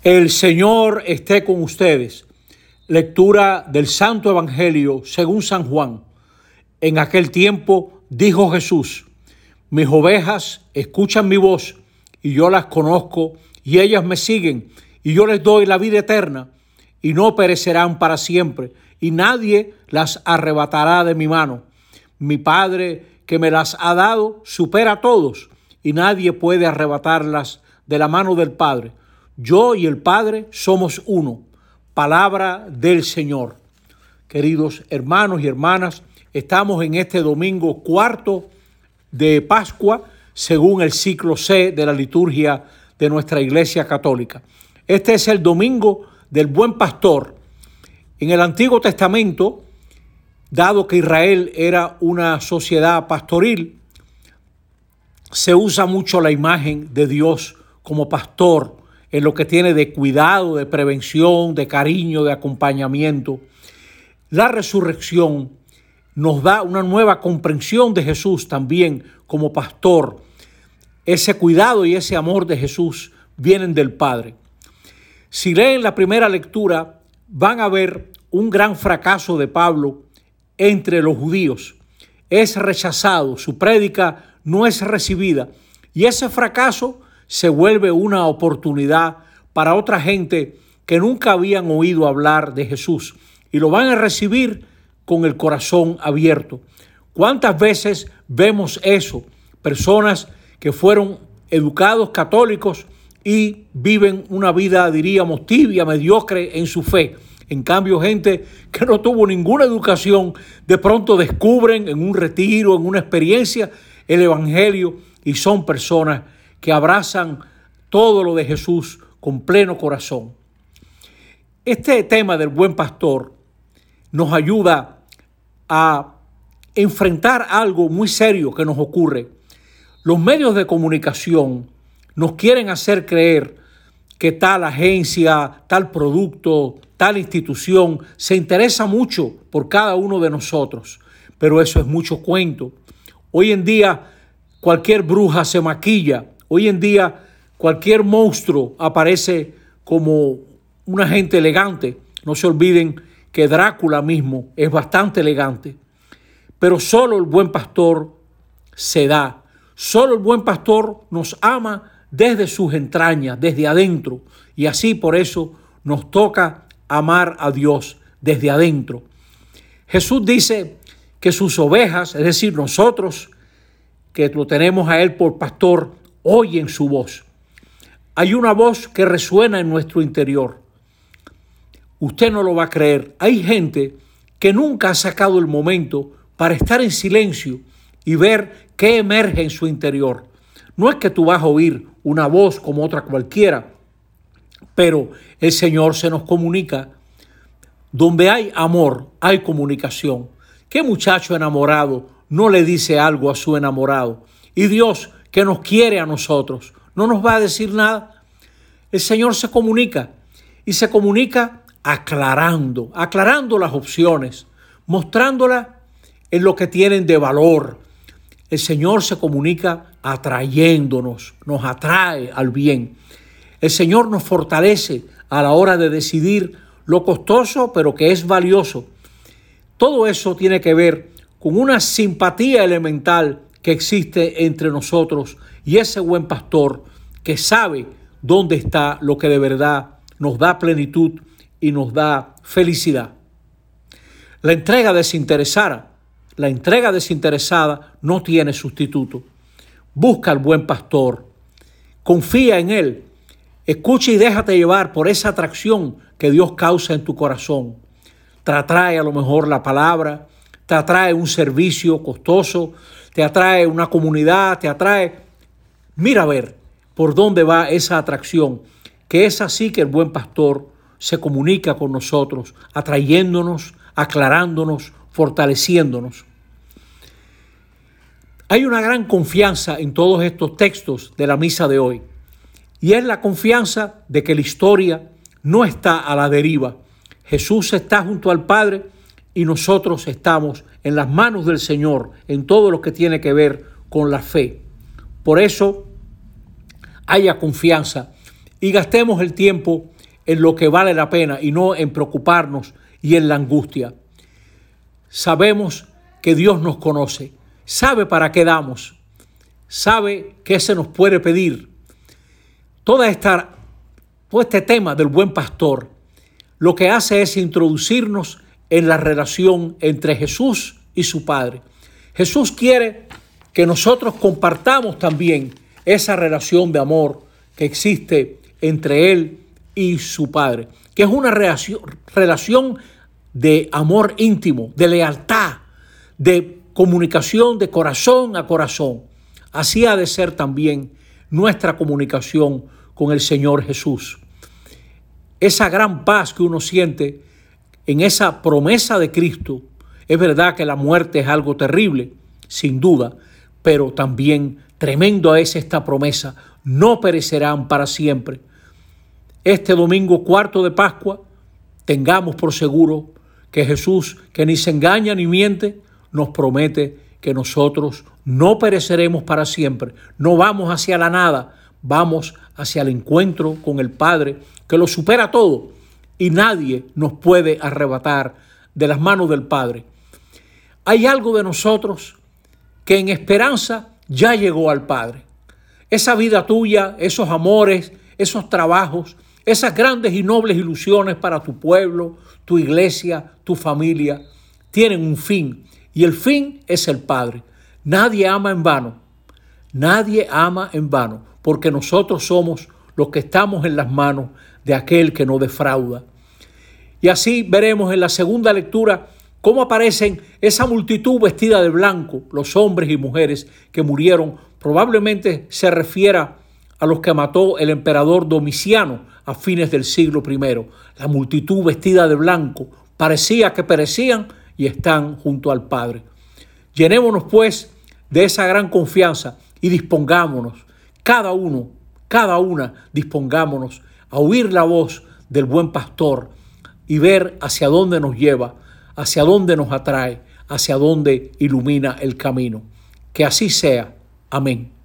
El Señor esté con ustedes. Lectura del Santo Evangelio según San Juan. En aquel tiempo dijo Jesús: mis ovejas escuchan mi voz, y yo las conozco, y ellas me siguen, y yo les doy la vida eterna, y no perecerán para siempre, y nadie las arrebatará de mi mano. Mi Padre, que me las ha dado, supera a todos, y nadie puede arrebatarlas de la mano del Padre. Yo y el Padre somos uno. Palabra del Señor. Queridos hermanos y hermanas, estamos en este domingo cuarto de Pascua, según el ciclo C de la liturgia de nuestra Iglesia Católica. Este es el domingo del Buen Pastor. En el Antiguo Testamento, dado que Israel era una sociedad pastoril, se usa mucho la imagen de Dios como pastor en lo que tiene de cuidado, de prevención, de cariño, de acompañamiento. La resurrección nos da una nueva comprensión de Jesús también como pastor. Ese cuidado y ese amor de Jesús vienen del Padre. Si leen la primera lectura, van a ver un gran fracaso de Pablo entre los judíos. Es rechazado, su prédica no es recibida, y ese fracaso se vuelve una oportunidad para otra gente que nunca habían oído hablar de Jesús y lo van a recibir con el corazón abierto. ¿Cuántas veces vemos eso? Personas que fueron educados católicos y viven una vida, diríamos, tibia, mediocre en su fe. En cambio, gente que no tuvo ninguna educación, de pronto descubren en un retiro, en una experiencia, el Evangelio, y son personas que abrazan todo lo de Jesús con pleno corazón. Este tema del buen pastor nos ayuda a enfrentar algo muy serio que nos ocurre. Los medios de comunicación nos quieren hacer creer que tal agencia, tal producto, tal institución se interesa mucho por cada uno de nosotros, pero eso es mucho cuento. Hoy en día cualquier bruja se maquilla. Hoy en día cualquier monstruo aparece como una gente elegante. No se olviden que Drácula mismo es bastante elegante. Pero solo el buen pastor se da. Solo el buen pastor nos ama desde sus entrañas, desde adentro. Y así por eso nos toca amar a Dios desde adentro. Jesús dice que sus ovejas, es decir, nosotros que lo tenemos a Él por pastor, oyen su voz. Hay una voz que resuena en nuestro interior. Usted no lo va a creer. Hay gente que nunca ha sacado el momento para estar en silencio y ver qué emerge en su interior. No es que tú vas a oír una voz como otra cualquiera, pero el Señor se nos comunica. Donde hay amor, hay comunicación. ¿Qué muchacho enamorado no le dice algo a su enamorado? Y Dios, que nos quiere a nosotros, ¿no nos va a decir nada? El Señor se comunica y se comunica aclarando las opciones, mostrándolas en lo que tienen de valor. El Señor se comunica atrayéndonos, nos atrae al bien. El Señor nos fortalece a la hora de decidir lo costoso, pero que es valioso. Todo eso tiene que ver con una simpatía elemental que existe entre nosotros y ese buen pastor que sabe dónde está lo que de verdad nos da plenitud y nos da felicidad. La entrega desinteresada no tiene sustituto. Busca al buen pastor, confía en Él, escucha y déjate llevar por esa atracción que Dios causa en tu corazón. Te atrae a lo mejor la palabra, te atrae un servicio costoso, te atrae una comunidad, Mira a ver por dónde va esa atracción, que es así que el buen pastor se comunica con nosotros, atrayéndonos, aclarándonos, fortaleciéndonos. Hay una gran confianza en todos estos textos de la misa de hoy, y es la confianza de que la historia no está a la deriva. Jesús está junto al Padre y nosotros estamos en las manos del Señor en todo lo que tiene que ver con la fe. Por eso haya confianza y gastemos el tiempo en lo que vale la pena y no en preocuparnos y en la angustia. Sabemos que Dios nos conoce, sabe para qué damos, sabe qué se nos puede pedir. Todo este tema del buen pastor lo que hace es introducirnos en la relación entre Jesús y su Padre. Jesús quiere que nosotros compartamos también esa relación de amor que existe entre Él y su Padre, que es una relación de amor íntimo, de lealtad, de comunicación de corazón a corazón. Así ha de ser también nuestra comunicación con el Señor Jesús. Esa gran paz que uno siente en esa promesa de Cristo. Es verdad que la muerte es algo terrible, sin duda, pero también tremendo es esta promesa. No perecerán para siempre. Este domingo 4 de Pascua, tengamos por seguro que Jesús, que ni se engaña ni miente, nos promete que nosotros no pereceremos para siempre. No vamos hacia la nada, vamos hacia el encuentro con el Padre, que lo supera todo, y nadie nos puede arrebatar de las manos del Padre. Hay algo de nosotros que en esperanza ya llegó al Padre. Esa vida tuya, esos amores, esos trabajos, esas grandes y nobles ilusiones para tu pueblo, tu iglesia, tu familia, tienen un fin, y el fin es el Padre. Nadie ama en vano, nadie ama en vano, porque nosotros somos los que estamos en las manos de aquel que no defrauda. Y así veremos en la segunda lectura cómo aparecen esa multitud vestida de blanco, los hombres y mujeres que murieron. Probablemente se refiera a los que mató el emperador Domiciano a fines del siglo I. La multitud vestida de blanco parecía que perecían y están junto al Padre. Llenémonos pues de esa gran confianza y dispongámonos, cada uno, cada una, dispongámonos a oír la voz del buen pastor y ver hacia dónde nos lleva, hacia dónde nos atrae, hacia dónde ilumina el camino. Que así sea. Amén.